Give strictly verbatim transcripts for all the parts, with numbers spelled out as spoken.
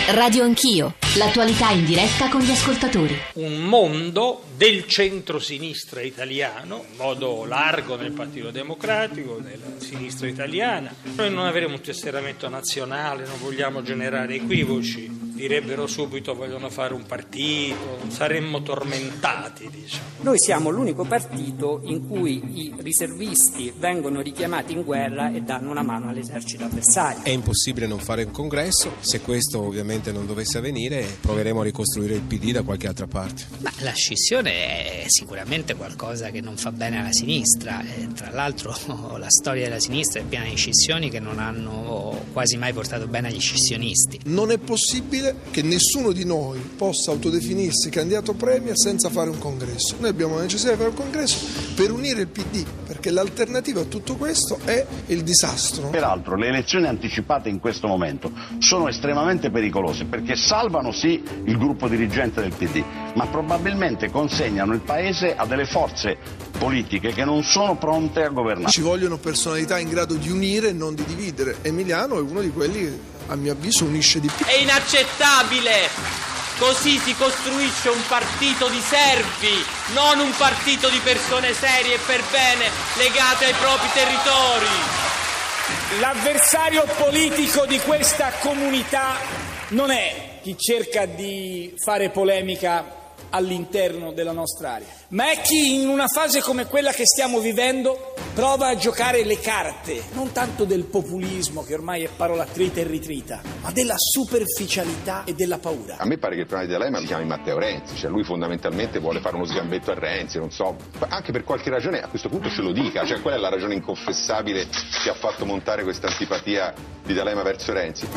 Radio Anch'io, l'attualità in diretta con gli ascoltatori. Un mondo del centro-sinistra italiano, in modo largo nel Partito Democratico, nella sinistra italiana. Noi non avremo un tesseramento nazionale, non vogliamo generare equivoci. Direbbero subito vogliono fare un partito, saremmo tormentati, diciamo. Noi siamo l'unico partito in cui i riservisti vengono richiamati in guerra e danno una mano all'esercito avversario. È impossibile non fare un congresso, se questo ovviamente non dovesse avvenire proveremo a ricostruire il P D da qualche altra parte. Ma la scissione è sicuramente qualcosa che non fa bene alla sinistra, e tra l'altro la storia della sinistra è piena di scissioni che non hanno quasi mai portato bene agli scissionisti. Non è possibile che nessuno di noi possa autodefinirsi candidato premier senza fare un congresso. Noi abbiamo la necessità di fare un congresso per unire il P D, perché l'alternativa a tutto questo è il disastro. Peraltro le elezioni anticipate in questo momento sono estremamente pericolose, perché salvano sì il gruppo dirigente del P D, ma probabilmente consegnano il paese a delle forze politiche che non sono pronte a governare. Ci vogliono personalità in grado di unire e non di dividere. Emiliano è uno di quelli che a mio avviso unisce di più. È inaccettabile! Così si costruisce un partito di servi, non un partito di persone serie e per bene legate ai propri territori. L'avversario politico di questa comunità non è chi cerca di fare polemica all'interno della nostra area, ma è chi in una fase come quella che stiamo vivendo prova a giocare le carte, non tanto del populismo, che ormai è parola trita e ritrita, ma della superficialità e della paura. A me pare che il problema di D'Alema si chiami Matteo Renzi, cioè lui fondamentalmente vuole fare uno sgambetto a Renzi, non so, anche per qualche ragione a questo punto ce lo dica, cioè qual è la ragione inconfessabile che ha fatto montare questa antipatia di D'Alema verso Renzi?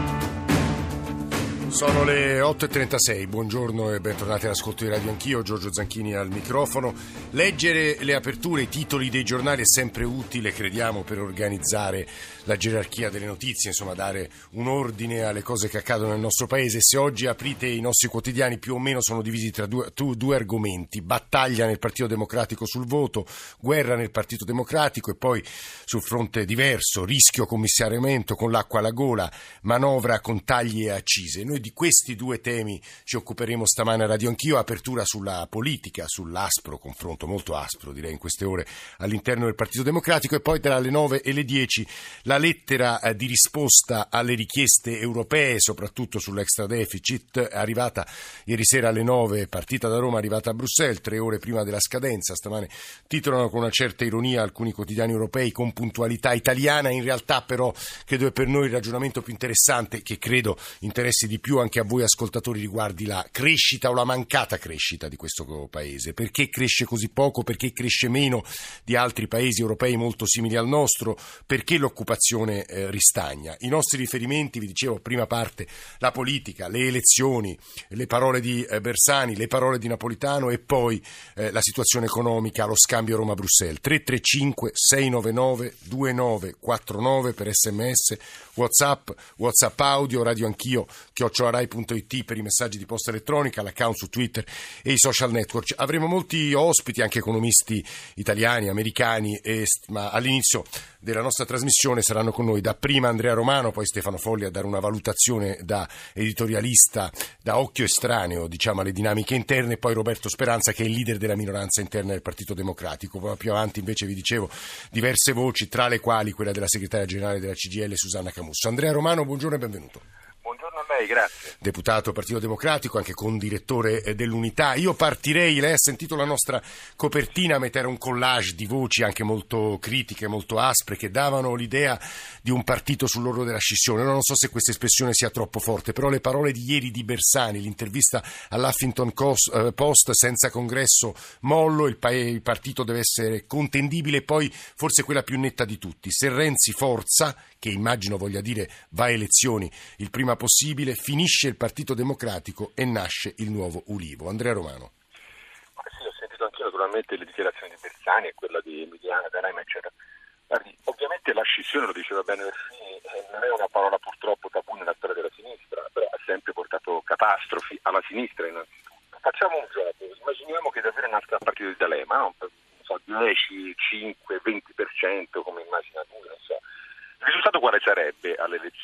Sono le otto e trentasei, buongiorno e bentornati all'ascolto di Radio Anch'io, Giorgio Zanchini al microfono. Leggere le aperture, i titoli dei giornali è sempre utile, crediamo, per organizzare la gerarchia delle notizie, insomma dare un ordine alle cose che accadono nel nostro paese. Se oggi aprite i nostri quotidiani più o meno sono divisi tra due, due argomenti: battaglia nel Partito Democratico sul voto, guerra nel Partito Democratico, e poi sul fronte diverso, rischio commissariamento con l'acqua alla gola, manovra con tagli e accise. Noi di questi due temi ci occuperemo stamane a Radio Anch'io. Apertura sulla politica, sull'aspro confronto, molto aspro direi in queste ore, all'interno del Partito Democratico, e poi tra le nove e le dieci la lettera eh, di risposta alle richieste europee, soprattutto sull'extra deficit, arrivata ieri sera alle nove, partita da Roma, arrivata a Bruxelles tre ore prima della scadenza. Stamane titolano con una certa ironia alcuni quotidiani europei con puntualità italiana. In realtà però credo che per noi il ragionamento più interessante, che credo interessi di più anche a voi ascoltatori, riguardi la crescita o la mancata crescita di questo paese. Perché cresce così poco? Perché cresce meno di altri paesi europei molto simili al nostro? Perché l'occupazione eh, ristagna? I nostri riferimenti, vi dicevo, prima parte la politica, le elezioni, le parole di eh, Bersani, le parole di Napolitano, e poi eh, la situazione economica, lo scambio Roma-Bruxelles. tre tre cinque sei nove nove due nove quattro nove per sms, WhatsApp, WhatsApp audio, Radio Anch'io chiocciola rai punto it per i messaggi di posta elettronica, l'account su Twitter e i social network. Avremo molti ospiti, anche economisti italiani, americani, e, ma all'inizio della nostra trasmissione saranno con noi dapprima Andrea Romano, poi Stefano Folli a dare una valutazione da editorialista, da occhio estraneo diciamo alle dinamiche interne, e poi Roberto Speranza, che è il leader della minoranza interna del Partito Democratico. Poi più avanti invece vi dicevo diverse voci, tra le quali quella della segretaria generale della C G I L Susanna Camusso. Andrea Romano, buongiorno e benvenuto. Buongiorno a lei, grazie. Deputato Partito Democratico, anche condirettore dell'Unità. Io partirei, lei ha sentito la nostra copertina, mettere un collage di voci anche molto critiche, molto aspre, che davano l'idea di un partito sull'orlo della scissione. Non so se questa espressione sia troppo forte, però le parole di ieri di Bersani, l'intervista all'Huffington Post: senza congresso mollo, il, pa- il partito deve essere contendibile, e poi forse quella più netta di tutti: se Renzi forza, che immagino voglia dire va a elezioni il prima possibile, finisce il Partito Democratico e nasce il nuovo Ulivo. Andrea Romano. Ma sì, ho sentito anch'io naturalmente le dichiarazioni di Bersani e quella di Emiliano, D'Alema, eccetera. Guardi, ovviamente la scissione, lo diceva bene Bersani, non è una parola purtroppo tabù nella storia della sinistra, però ha sempre portato catastrofi alla sinistra innanzitutto. Facciamo un gioco, immaginiamo che davvero nasca il partito di D'Alema, no? Non so, dieci, cinque, venti per cento come immagina tu, non so. Il risultato quale sarebbe alle elezioni? Che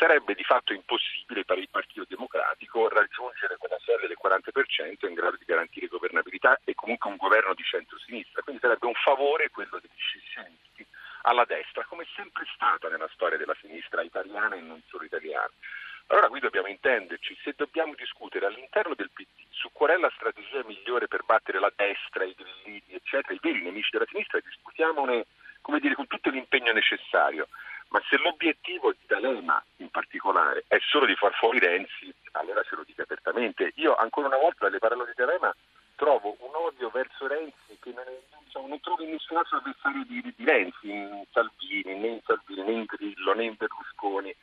sarebbe di fatto impossibile per il Partito Democratico raggiungere quella soglia del quaranta per cento in grado di garantire governabilità e comunque un governo di centrosinistra. Quindi sarebbe un favore quello degli scissionisti alla destra, come è sempre stata nella storia della sinistra italiana e non solo italiana. Allora qui dobbiamo intenderci, se dobbiamo discutere all'interno del P D su qual è la strategia migliore per battere la destra, i grillini, eccetera, i veri nemici della sinistra, discutiamone, come dire, con tutto l'impegno necessario. Ma se l'obiettivo di D'Alema in particolare è solo di far fuori Renzi, allora se lo dica apertamente. Io ancora una volta dalle parole di D'Alema trovo un odio verso Renzi che non, è, diciamo, non trovo in nessun altro avversario di, di Renzi, in Salvini, né in Salvini, né in Grillo, né in Berlusconi.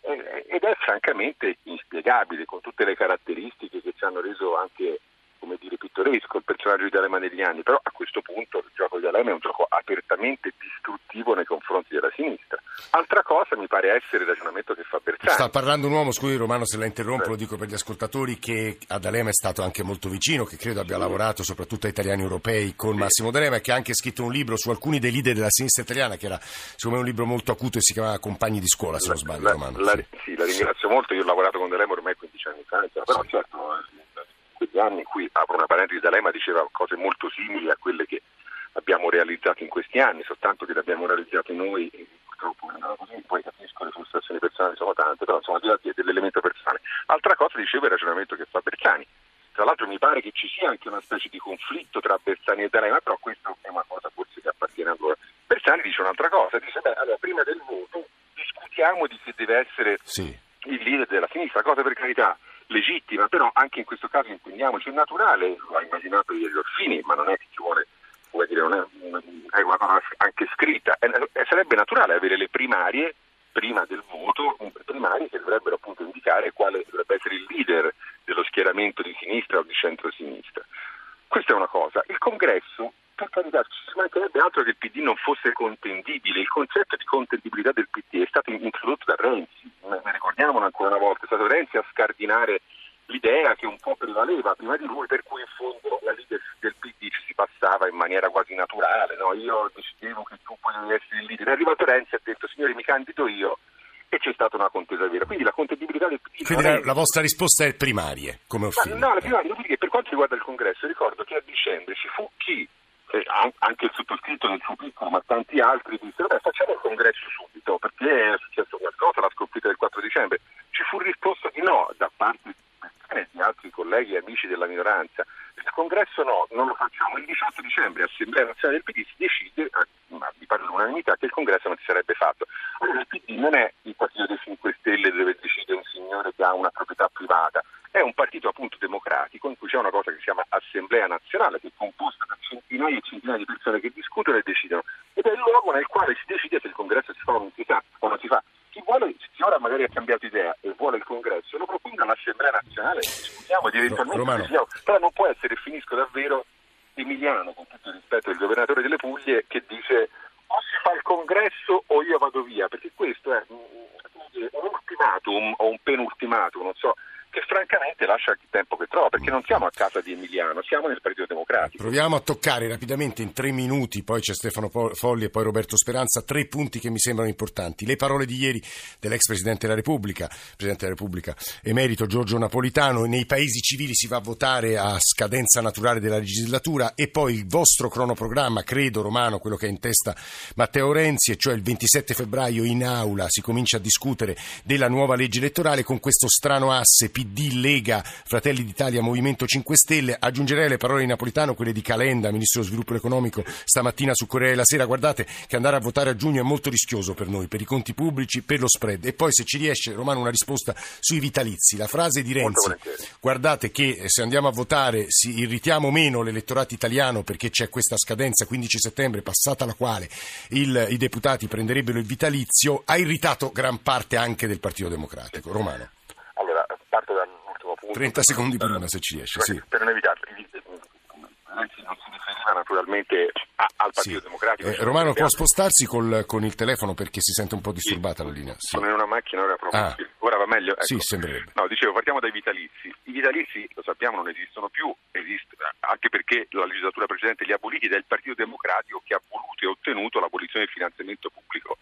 Ed è francamente inspiegabile, con tutte le caratteristiche che ci hanno reso anche, come dire, pittoresco il personaggio di D'Alema negli anni. Però a questo punto il gioco di D'Alema è un gioco apertamente distruttivo nei confronti della sinistra. Altra cosa mi pare essere il ragionamento che fa Bersani. Sta parlando un uomo, scusi Romano se la interrompo, Beh. lo dico per gli ascoltatori, che a D'Alema è stato anche molto vicino, che credo abbia lavorato soprattutto a Italiani Europei con sì. Massimo D'Alema, e che ha anche scritto un libro su alcuni dei leader della sinistra italiana, che era secondo me un libro molto acuto e si chiamava Compagni di scuola, se non sbaglio, la, Romano. La, sì. sì, la ringrazio molto, io ho lavorato con D'Alema ormai quindici anni fa, però sì. certo quegli anni in cui, apro una parentesi, D'Alema diceva cose molto simili a quelle che abbiamo realizzato in questi anni, soltanto che le abbiamo realizzate noi, e purtroppo è andato così, poi capisco le frustrazioni personali sono tante, però insomma al di là dell'elemento personale. Altra cosa diceva il ragionamento che fa Bersani. Tra l'altro mi pare che ci sia anche una specie di conflitto tra Bersani e D'Alema, però questa è una cosa forse che appartiene a loro. Bersani dice un'altra cosa, dice beh, allora prima del voto discutiamo di se deve essere sì. il leader della sinistra, cosa per carità legittima, però anche in questo caso intendiamoci, è naturale, lo ha immaginato ieri Orfini, ma non è che ci vuole, vuol dire, non è, è una cosa anche scritta, è, è, sarebbe naturale avere le primarie prima del voto, primarie che dovrebbero appunto indicare quale dovrebbe essere il leader dello schieramento di sinistra o di centrosinistra. Questa è una cosa. Il congresso, per carità, ci mancherebbe altro che il P D non fosse contendibile. Il concetto di contendibilità del P D è stato introdotto da Renzi, ne ricordiamolo ancora una volta, è stato Renzi a scardinare l'idea che un po' prevaleva prima di lui, per cui in fondo la leadership del P D ci si passava in maniera quasi naturale, no? Io decidevo che tu potevi essere il leader. È arrivato Renzi e ha detto signori mi candido io, e c'è stata una contesa vera. Quindi la contendibilità del P D... Quindi la, è... la vostra risposta è primarie, come Orfini. No, la primaria, perché per quanto riguarda il congresso, ricordo che a dicembre ci fu chi, eh, anche il sottoscritto nel suo piccolo, ma tanti altri, dissero beh facciamo il congresso subito, perché è successo qualcosa, la sconfitta del quattro dicembre. Ci fu risposto di no da parte di altri colleghi e amici della minoranza. Il congresso no, non lo facciamo. Il diciotto dicembre Assemblea Nazionale del P D si decide, ma mi pare all'unanimità, che il congresso non si sarebbe fatto. Allora il P D non è il partito dei cinque Stelle dove decide un signore che ha una proprietà privata, è un partito appunto democratico in cui c'è una cosa che si chiama Assemblea Nazionale, che è composta da centinaia e centinaia di persone che discutono e decidono, ed è il luogo nel quale si decide se il congresso si fa o non si fa, o non si fa. Chi vuole, chi ora magari ha cambiato idea e vuole il congresso, lo proponga all'Assemblea Nazionale, discutiamo di eventualmente, no, però non può essere, finisco davvero, Emiliano, con tutto il rispetto del governatore delle Puglie, che dice o si fa il congresso o io vado via, perché questo è un ultimatum o un penultimatum, non so, che francamente lascia il tempo che trova, perché non siamo a casa di Emiliano, siamo nel Partito Democratico. Proviamo a toccare rapidamente in tre minuti, poi c'è Stefano Folli e poi Roberto Speranza, tre punti che mi sembrano importanti. Le parole di ieri dell'ex Presidente della Repubblica, Presidente della Repubblica emerito Giorgio Napolitano: nei paesi civili si va a votare a scadenza naturale della legislatura, e poi il vostro cronoprogramma, credo Romano, quello che ha in testa Matteo Renzi, e cioè il ventisette febbraio in aula si comincia a discutere della nuova legge elettorale con questo strano asse P D, Lega, Fratelli d'Italia, Movimento cinque Stelle. Aggiungerei le parole di Napolitano, quelle di Calenda, Ministro dello Sviluppo Economico, stamattina su Corriere della Sera: guardate che andare a votare a giugno è molto rischioso per noi, per i conti pubblici, per lo spread. E poi, se ci riesce, Romano, una risposta sui vitalizi. La frase di Renzi: guardate che se andiamo a votare si irritiamo meno l'elettorato italiano perché c'è questa scadenza quindici settembre, passata la quale il, i deputati prenderebbero il vitalizio, ha irritato gran parte anche del Partito Democratico. Romano. Allora, parto dall'ultimo punto. trenta secondi prima, se ci riesce, sì. Per non evitarlo, Renzi non si riferiva naturalmente a, al Partito sì. Democratico. Eh, Romano può spostarsi col, con il telefono perché si sente un po' disturbata sì. la linea. Sì. Sono in una macchina, ora proprio. Ah. Ora va meglio? Ecco. Sì, sembrerebbe. No, dicevo, partiamo dai vitalizi. I vitalizi, lo sappiamo, non esistono più, esiste, anche perché la legislatura precedente li ha aboliti, ed è il Partito Democratico che ha voluto e ottenuto l'abolizione del finanziamento pubblico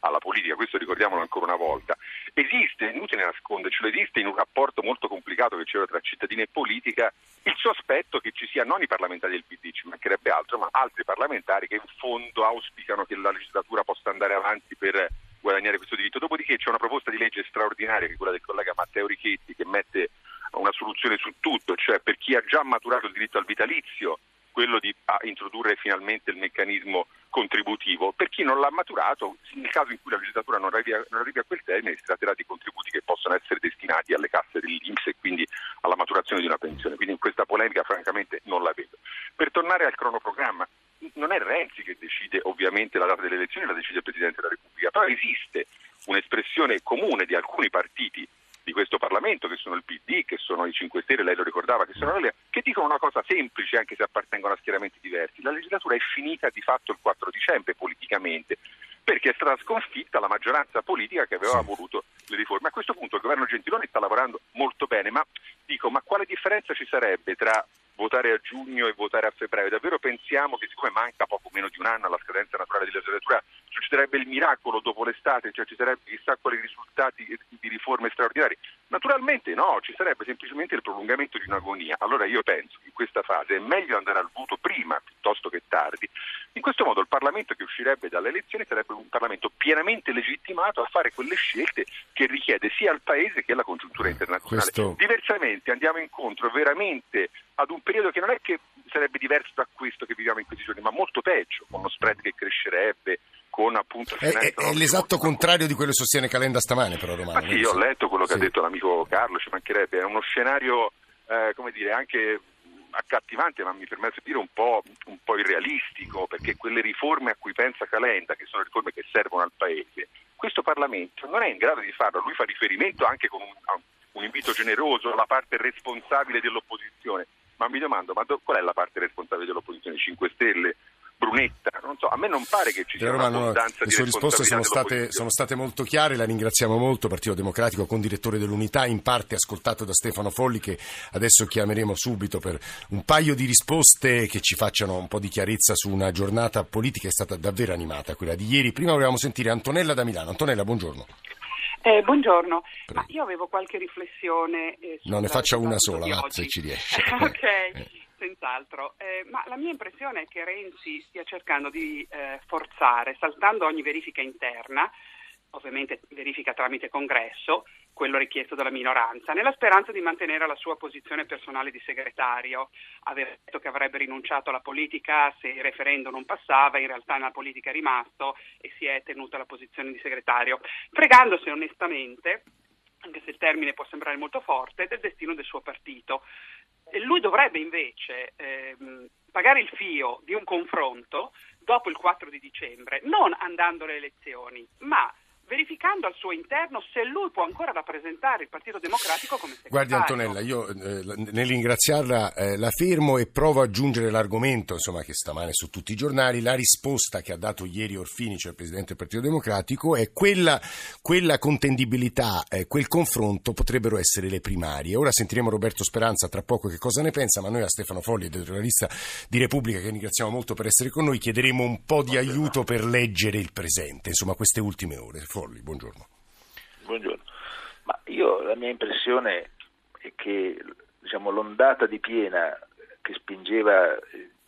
alla politica, questo ricordiamolo ancora una volta. Esiste, inutile nascondercelo, esiste in un rapporto molto complicato che c'era tra cittadini e politica il sospetto che ci sia non i parlamentari del P D, ci mancherebbe altro, ma altri parlamentari che in fondo auspicano che la legislatura possa andare avanti per guadagnare questo diritto. Dopodiché c'è una proposta di legge straordinaria, che è quella del collega Matteo Richetti, che mette una soluzione su tutto, cioè per chi ha già maturato il diritto al vitalizio, quello di introdurre finalmente il meccanismo contributivo. Per chi non l'ha maturato, nel caso in cui la legislatura non arrivi a, non arrivi a quel termine, si tratterà di contributi che possono essere destinati alle casse dell'I N P S e quindi alla maturazione di una pensione. Quindi in questa polemica francamente non la vedo. Per tornare al cronoprogramma, non è Renzi che decide ovviamente la data delle elezioni, la decide il Presidente della Repubblica, però esiste un'espressione comune di alcuni partiti di questo Parlamento, che sono il P D, che sono i cinque Stelle, lei lo ricordava, che sono la Lega, che dicono una cosa semplice anche se appartengono a schieramenti diversi: la legislatura è finita di fatto il quattro dicembre politicamente, perché è stata sconfitta la maggioranza politica che aveva voluto le riforme. A questo punto il governo Gentiloni sta lavorando molto bene, ma dico, ma quale differenza ci sarebbe tra votare a giugno e votare a febbraio? Davvero pensiamo che, siccome manca poco meno di un anno alla scadenza naturale della legislatura, succederebbe il miracolo dopo l'estate, cioè ci sarebbe chissà quali risultati di riforme straordinarie? Naturalmente no, ci sarebbe semplicemente il prolungamento di un'agonia. Allora io penso che in questa fase è meglio andare al voto prima piuttosto che tardi. In questo modo il Parlamento che uscirebbe dalle elezioni sarebbe un Parlamento pienamente legittimato a fare quelle scelte che richiede sia il Paese che la congiuntura internazionale. Questo... Diversamente andiamo incontro veramente ad un periodo che non è che sarebbe diverso da questo che viviamo in questi giorni, ma molto peggio, con uno spread che crescerebbe, con appunto... È, è, è l'esatto contrario di quello che sostiene Calenda stamane, però, Romano. Ma sì, io ho letto quello che sì. ha detto l'amico Carlo, ci mancherebbe, è uno scenario, eh, come dire, anche accattivante, ma mi permetto di dire un po', un po' irrealistico, perché quelle riforme a cui pensa Calenda, che sono riforme che servono al Paese, questo Parlamento non è in grado di farlo. Lui fa riferimento anche con un, un invito generoso alla parte responsabile dell'opposizione, ma mi domando, ma do, qual è la parte responsabile dell'opposizione? cinque Stelle? Brunetta? Non so, a me non pare che ci sia Roma, un'abbondanza no, di le sue risposte sono responsabilità state, sono state molto chiare, la ringraziamo molto. Partito Democratico, condirettore dell'Unità, in parte ascoltato da Stefano Folli, che adesso chiameremo subito per un paio di risposte che ci facciano un po' di chiarezza su una giornata politica che è stata davvero animata, quella di ieri. Prima volevamo sentire Antonella da Milano. Antonella, buongiorno. Eh, buongiorno, Prego. Ma io avevo qualche riflessione. Eh, no, ne faccia una sola, va, se ci riesce. Ok. Eh. Senz'altro, eh, ma la mia impressione è che Renzi stia cercando di eh, forzare, saltando ogni verifica interna, ovviamente verifica tramite congresso, quello richiesto dalla minoranza, nella speranza di mantenere la sua posizione personale di segretario. Aveva detto che avrebbe rinunciato alla politica se il referendum non passava, in realtà nella politica è rimasto e si è tenuto alla posizione di segretario, fregandosi onestamente, anche se il termine può sembrare molto forte, del destino del suo partito. E lui dovrebbe invece ehm, pagare il fio di un confronto dopo il quattro di dicembre, non andando alle elezioni, ma verificando al suo interno se lui può ancora rappresentare il Partito Democratico come segretario. Guardi Antonella, io eh, nel ringraziarla eh, la fermo e provo a aggiungere l'argomento, insomma, che stamane su tutti i giornali. La risposta che ha dato ieri Orfini, cioè il Presidente del Partito Democratico, è quella, quella contendibilità, eh, quel confronto potrebbero essere le primarie. Ora sentiremo Roberto Speranza tra poco che cosa ne pensa, ma noi a Stefano Folli, editorialista di Repubblica, che ringraziamo molto per essere con noi, chiederemo un po' di aiuto per leggere il presente, insomma, queste ultime ore. Folli, buongiorno. Buongiorno. Ma io la mia impressione è che, diciamo, l'ondata di piena che spingeva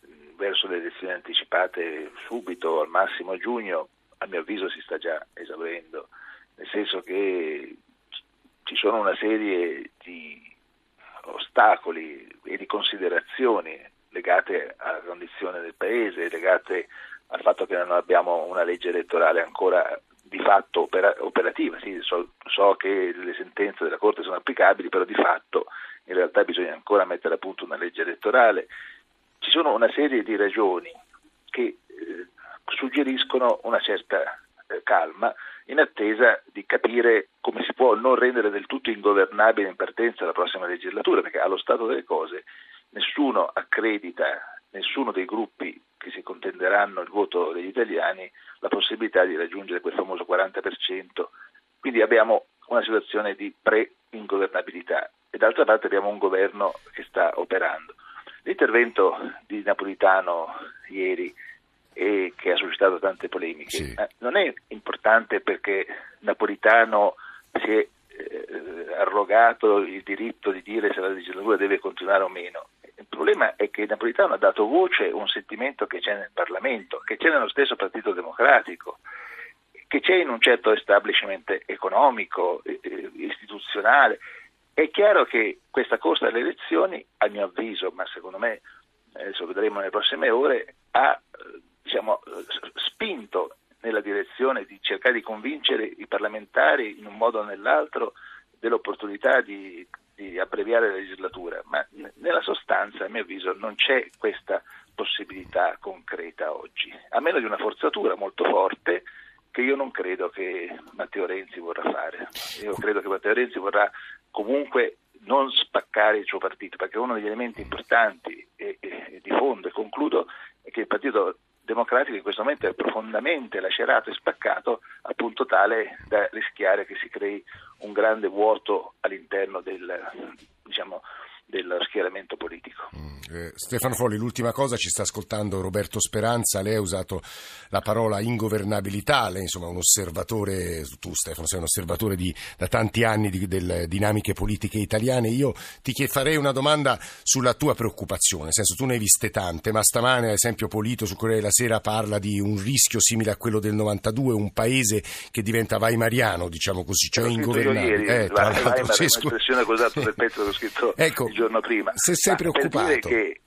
verso le elezioni anticipate subito, al massimo a giugno, a mio avviso si sta già esaurendo, nel senso che ci sono una serie di ostacoli e di considerazioni legate alla condizione del Paese, legate al fatto che non abbiamo una legge elettorale ancora di fatto opera, operativa. Sì, so, so che le sentenze della Corte sono applicabili, però di fatto in realtà bisogna ancora mettere a punto una legge elettorale. Ci sono una serie di ragioni che eh, suggeriscono una certa eh, calma in attesa di capire come si può non rendere del tutto ingovernabile in partenza la prossima legislatura, perché allo stato delle cose nessuno accredita, nessuno dei gruppi che si contenderanno il voto degli italiani la possibilità di raggiungere quel famoso quaranta per cento. Quindi abbiamo una situazione di pre-ingovernabilità e d'altra parte abbiamo un governo che sta operando. L'intervento di Napolitano ieri e che ha suscitato tante polemiche. Sì. Eh, non è importante perché Napolitano si è eh, arrogato il diritto di dire se la legislatura deve continuare o meno. Il problema è che Napolitano ha dato voce a un sentimento che c'è nel Parlamento, che c'è nello stesso Partito Democratico, che c'è in un certo establishment economico, eh, istituzionale. È chiaro che questa corsa alle elezioni, a mio avviso, ma secondo me, adesso vedremo nelle prossime ore, ha diciamo, spinto nella direzione di cercare di convincere i parlamentari in un modo o nell'altro dell'opportunità di, di abbreviare la legislatura, ma nella sostanza, a mio avviso, non c'è questa possibilità concreta oggi, a meno di una forzatura molto forte che io non credo che Matteo Renzi vorrà fare. Io credo che Matteo Renzi vorrà comunque non spaccare il suo partito, perché uno degli elementi importanti e, e di fondo, e concludo, è che il Partito Democratico in questo momento è profondamente lacerato e spaccato, appunto tale da rischiare che si crei un grande vuoto all'interno del, diciamo, dello schieramento politico. Eh, Stefano Folli, l'ultima cosa, ci sta ascoltando Roberto Speranza, lei ha usato la parola ingovernabilità, lei insomma è un osservatore, tu Stefano sei un osservatore di, da tanti anni di, delle dinamiche politiche italiane. Io ti farei una domanda sulla tua preoccupazione, nel senso tu ne hai viste tante, ma stamane ad esempio Polito su Corriere della Sera parla di un rischio simile a quello del novantadue, un paese che diventa weimariano, diciamo così, cioè ingovernabile. Ieri, eh, tra l'altro, Weimar, sì, è un'espressione che ho usato nel pezzo che ho scritto ecco, il giorno prima. Se sei Ma preoccupato. Per dire che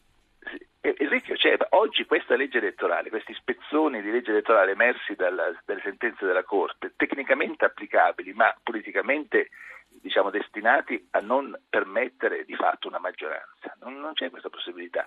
il rischio c'è, oggi questa legge elettorale, questi spezzoni di legge elettorale emersi dalla, dalle sentenze della Corte, tecnicamente applicabili ma politicamente diciamo destinati a non permettere di fatto una maggioranza, non, non c'è questa possibilità.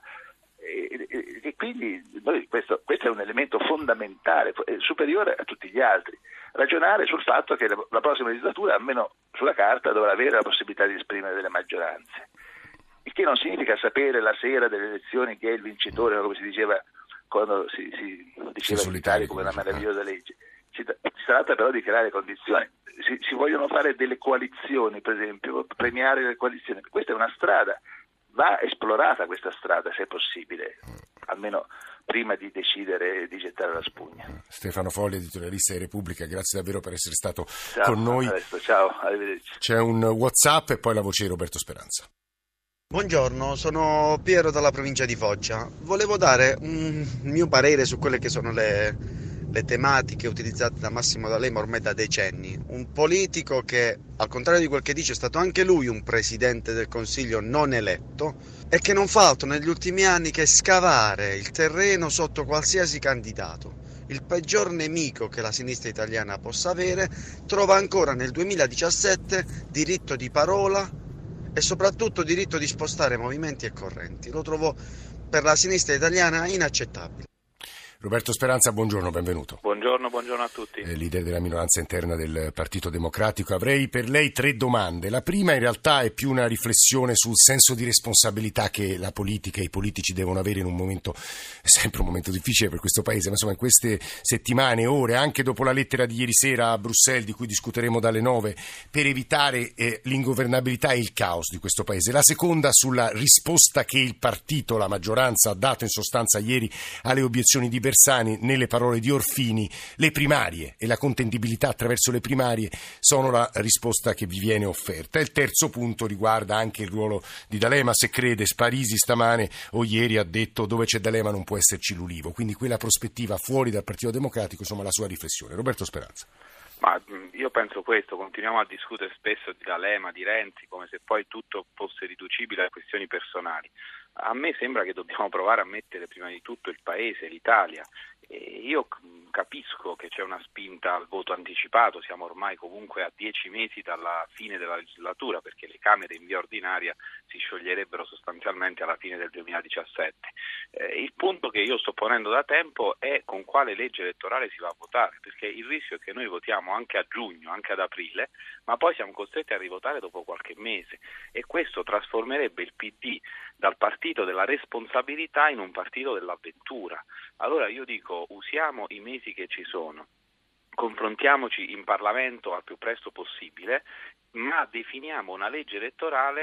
E, e, e quindi noi questo, questo è un elemento fondamentale, superiore a tutti gli altri, ragionare sul fatto che la, la prossima legislatura, almeno sulla carta, dovrà avere la possibilità di esprimere delle maggioranze, il che non significa sapere la sera delle elezioni chi è il vincitore, come si diceva quando si, si diceva in Italia come una meravigliosa legge. Si, si tratta però di creare condizioni. Si, si vogliono fare delle coalizioni, per esempio, premiare le coalizioni. Questa è una strada, va esplorata questa strada se è possibile, almeno prima di decidere di gettare la spugna. Stefano Folli, editorialista di Repubblica, grazie davvero per essere stato ciao, con noi. Adesso, ciao, arrivederci. C'è un WhatsApp e poi la voce di Roberto Speranza. Buongiorno, sono Piero dalla provincia di Foggia. Volevo dare un mio parere su quelle che sono le, le tematiche utilizzate da Massimo D'Alema ormai da decenni. Un politico che, al contrario di quel che dice, è stato anche lui un presidente del Consiglio non eletto e che non fa altro negli ultimi anni che scavare il terreno sotto qualsiasi candidato. Il peggior nemico che la sinistra italiana possa avere trova ancora nel duemiladiciassette diritto di parola e soprattutto diritto di spostare movimenti e correnti. Lo trovo per la sinistra italiana inaccettabile. Roberto Speranza, buongiorno, benvenuto. Buongiorno, buongiorno a tutti. Eh, leader della minoranza interna del Partito Democratico. Avrei per lei tre domande. La prima in realtà è più una riflessione sul senso di responsabilità che la politica e i politici devono avere in un momento, sempre un momento difficile per questo Paese, ma insomma in queste settimane, ore, anche dopo la lettera di ieri sera a Bruxelles, di cui discuteremo dalle nove, per evitare eh, l'ingovernabilità e il caos di questo Paese. La seconda sulla risposta che il partito, la maggioranza, ha dato in sostanza ieri alle obiezioni di Bersani, nelle parole di Orfini. Le primarie e la contendibilità attraverso le primarie sono la risposta che vi viene offerta. Il terzo punto riguarda anche il ruolo di D'Alema, se crede. Parisi stamane o ieri ha detto dove c'è D'Alema non può esserci l'Ulivo, quindi quella prospettiva fuori dal Partito Democratico, insomma la sua riflessione. Roberto Speranza. Ma io penso questo, continuiamo a discutere spesso di D'Alema, di Renzi, come se poi tutto fosse riducibile a questioni personali. A me sembra che dobbiamo provare a mettere prima di tutto il Paese, l'Italia. E io capisco che c'è una spinta al voto anticipato, siamo ormai comunque a dieci mesi dalla fine della legislatura, perché le Camere in via ordinaria si scioglierebbero sostanzialmente alla fine del duemiladiciassette. Eh, il punto che io sto ponendo da tempo è con quale legge elettorale si va a votare, perché il rischio è che noi votiamo anche a giugno, anche ad aprile, ma poi siamo costretti a rivotare dopo qualche mese, e questo trasformerebbe il P D dal partito della responsabilità in un partito dell'avventura. Allora io dico, usiamo i mesi che ci sono, confrontiamoci in Parlamento al più presto possibile, ma definiamo una legge elettorale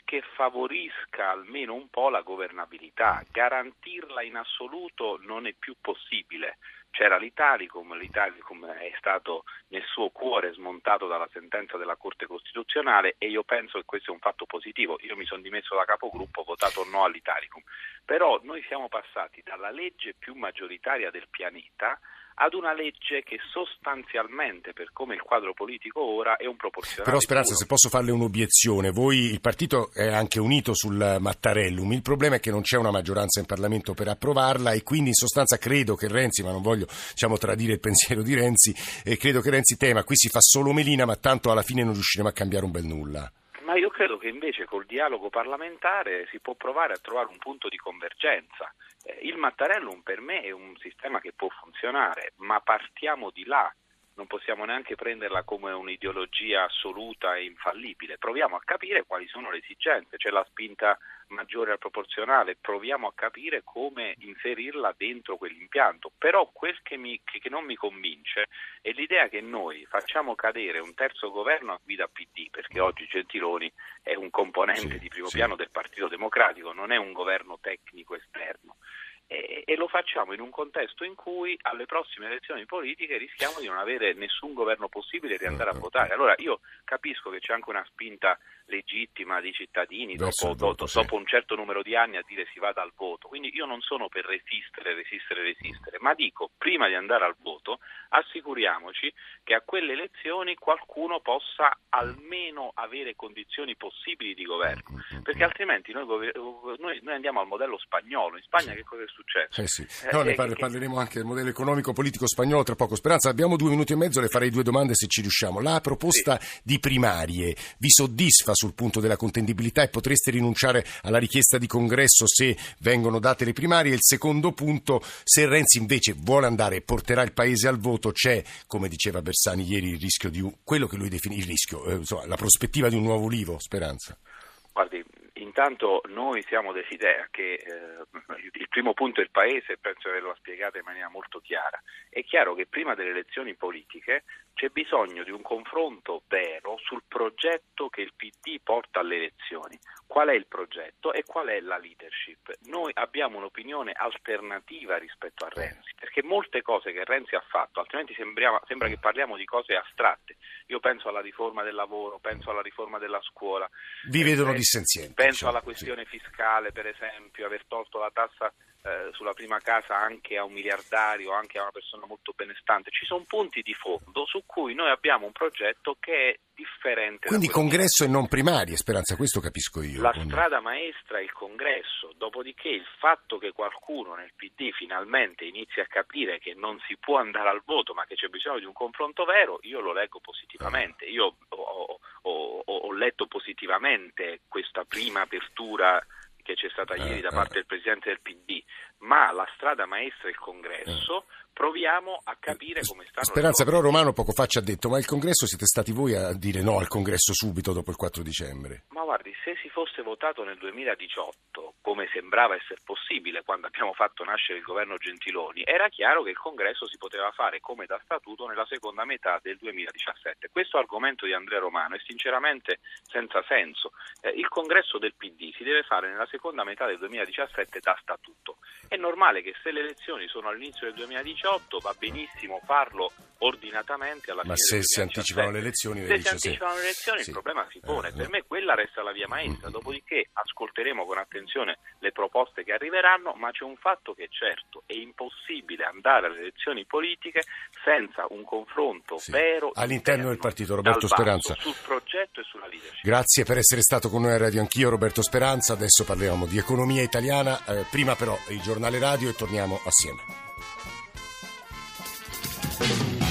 che favorisca almeno un po' la governabilità. Garantirla in assoluto non è più possibile. C'era l'Italicum, l'Italicum è stato nel suo cuore smontato dalla sentenza della Corte Costituzionale e io penso che questo è un fatto positivo. Io mi sono dimesso da capogruppo, ho votato no all'Italicum, però noi siamo passati dalla legge più maggioritaria del pianeta ad una legge che sostanzialmente, per come il quadro politico ora, è un proporzionale. Però Speranza, puro. se posso farle un'obiezione, voi, il partito è anche unito sul Mattarellum, il problema è che non c'è una maggioranza in Parlamento per approvarla e quindi in sostanza credo che Renzi, ma non voglio diciamo tradire il pensiero di Renzi, eh, credo che Renzi tema, qui si fa solo melina ma tanto alla fine non riusciremo a cambiare un bel nulla. Ma io credo che invece col dialogo parlamentare si può provare a trovare un punto di convergenza. Eh, il Mattarellum per me è un sistema che può funzionare, ma partiamo di là. Non possiamo neanche prenderla come un'ideologia assoluta e infallibile. Proviamo a capire quali sono le esigenze. C'è la spinta maggiore al proporzionale, proviamo a capire come inserirla dentro quell'impianto. Però quel che, mi, che non mi convince è l'idea che noi facciamo cadere un terzo governo a guida P D, perché oggi Gentiloni è un componente sì, di primo sì. piano del Partito Democratico, non è un governo tecnico esterno. E, e lo facciamo in un contesto in cui alle prossime elezioni politiche rischiamo di non avere nessun governo possibile di andare a votare. Allora io capisco che c'è anche una spinta legittima di cittadini dopo, voto, dopo, sì. dopo un certo numero di anni a dire si vada al voto, quindi io non sono per resistere, resistere, resistere, ma dico prima di andare al voto assicuriamoci che a quelle elezioni qualcuno possa almeno avere condizioni possibili di governo, perché altrimenti noi, noi, noi andiamo al modello spagnolo. In Spagna che cosa è successo? Eh sì. No, eh, ne parle, che... parleremo anche del modello economico-politico spagnolo tra poco. Speranza, abbiamo due minuti e mezzo, le farei due domande se ci riusciamo. La proposta sì. di primarie vi soddisfa sul punto della contendibilità e potreste rinunciare alla richiesta di congresso se vengono date le primarie? Il secondo punto, se Renzi invece vuole andare e porterà il paese al voto, c'è, come diceva Bersani ieri, il rischio di un, quello che lui definì il rischio, eh, insomma, la prospettiva di un nuovo Ulivo, Speranza. Guardi, intanto noi siamo dell'idea che eh, il primo punto è il paese, penso di averlo spiegato in maniera molto chiara. È chiaro che prima delle elezioni politiche c'è bisogno di un confronto vero sul progetto che il P D porta alle elezioni. Qual è il progetto e qual è la leadership? Noi abbiamo un'opinione alternativa rispetto a Renzi, perché molte cose che Renzi ha fatto, altrimenti sembriamo, sembra che parliamo di cose astratte. Io penso alla riforma del lavoro, penso alla riforma della scuola. Vi vedono dissenzienti. Penso diciamo, alla questione sì. fiscale, per esempio, aver tolto la tassa eh, sulla prima casa anche a un miliardario, anche a una persona molto benestante. Ci sono punti di fondo su cui noi abbiamo un progetto che è differente. Quindi da congresso e non primarie, Speranza, questo capisco io. La strada maestra è il congresso, dopodiché il fatto che qualcuno nel P D finalmente inizi a capire che non si può andare al voto ma che c'è bisogno di un confronto vero, io lo leggo positivamente. Io ho, ho, ho, ho letto positivamente questa prima apertura che c'è stata ieri da parte del Presidente del P D, ma la strada maestra è il congresso. Proviamo a capire come stanno Speranza, le però Romano poco fa ci ha detto, ma il congresso siete stati voi a dire no al congresso subito dopo il quattro dicembre? Ma guardi, se si fosse votato nel duemiladiciotto, come sembrava essere possibile quando abbiamo fatto nascere il governo Gentiloni, era chiaro che il congresso si poteva fare come da statuto nella seconda metà del duemiladiciassette. Questo argomento di Andrea Romano è sinceramente senza senso. Eh, il congresso del P D si deve fare nella seconda metà del duemiladiciassette da statuto. È normale che se le elezioni sono all'inizio del duemiladiciotto va benissimo farlo ordinatamente alla ma fine se del si anticipano le elezioni, se si anticipano le elezioni sì. il problema si pone. Eh, per eh. me quella resta la via maestra, dopodiché ascolteremo con attenzione le proposte che arriveranno, ma c'è un fatto che è certo: è impossibile andare alle elezioni politiche senza un confronto sì. vero all'interno del partito. Roberto basso, Speranza, sul progetto e sulla leadership. Grazie per essere stato con noi a Radio Anch'io, Roberto Speranza. Adesso parliamo di economia italiana, eh, prima però il giornale radio e torniamo assieme.